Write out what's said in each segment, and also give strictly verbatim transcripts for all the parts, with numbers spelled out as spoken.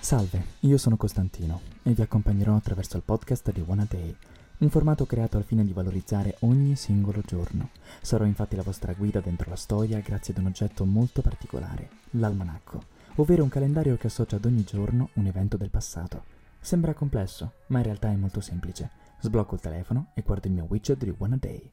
Salve, io sono Costantino e vi accompagnerò attraverso il podcast di One a Day, un formato creato al fine di valorizzare ogni singolo giorno. Sarò infatti la vostra guida dentro la storia grazie ad un oggetto molto particolare, l'almanacco, ovvero un calendario che associa ad ogni giorno un evento del passato. Sembra complesso, ma in realtà è molto semplice. Sblocco il telefono e guardo il mio widget di One a Day.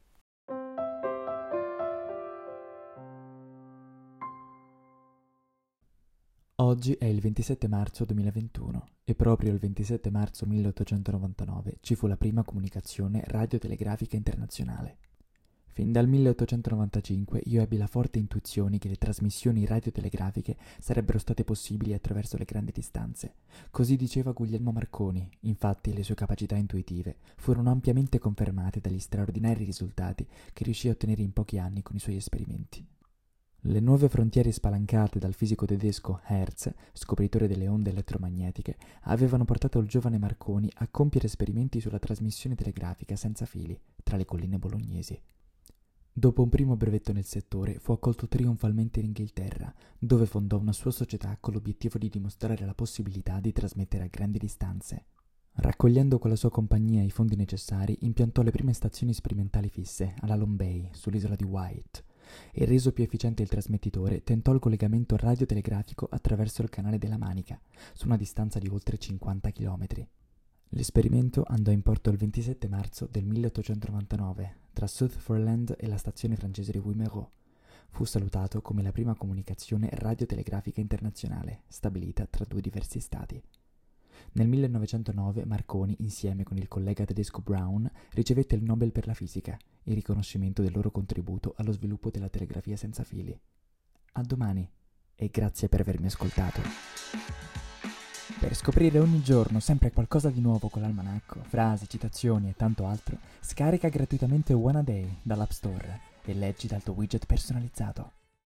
Oggi è il ventisette marzo duemilaventuno e proprio il ventisette marzo milleottocentonovantanove ci fu la prima comunicazione radiotelegrafica internazionale. Fin dal milleottocentonovantacinque io ebbi la forte intuizione che le trasmissioni radiotelegrafiche sarebbero state possibili attraverso le grandi distanze. Così diceva Guglielmo Marconi, infatti le sue capacità intuitive furono ampiamente confermate dagli straordinari risultati che riuscì a ottenere in pochi anni con i suoi esperimenti. Le nuove frontiere spalancate dal fisico tedesco Hertz, scopritore delle onde elettromagnetiche, avevano portato il giovane Marconi a compiere esperimenti sulla trasmissione telegrafica senza fili tra le colline bolognesi. Dopo un primo brevetto nel settore, fu accolto trionfalmente in Inghilterra, dove fondò una sua società con l'obiettivo di dimostrare la possibilità di trasmettere a grandi distanze. Raccogliendo con la sua compagnia i fondi necessari, impiantò le prime stazioni sperimentali fisse alla Long Bay, sull'isola di Wight, e reso più efficiente il trasmettitore, tentò il collegamento radiotelegrafico attraverso il canale della Manica, su una distanza di oltre cinquanta chilometri. L'esperimento andò in porto il ventisette marzo del milleottocentonovantanove tra Sutherland e la stazione francese di Wimereux. Fu salutato come la prima comunicazione radiotelegrafica internazionale, stabilita tra due diversi stati. Nel millenovecentonove Marconi, insieme con il collega tedesco Brown, ricevette il Nobel per la fisica, in riconoscimento del loro contributo allo sviluppo della telegrafia senza fili. A domani e grazie per avermi ascoltato. Per scoprire ogni giorno sempre qualcosa di nuovo con l'almanacco, frasi, citazioni e tanto altro, scarica gratuitamente One a Day dall'App Store e leggi dal tuo widget personalizzato.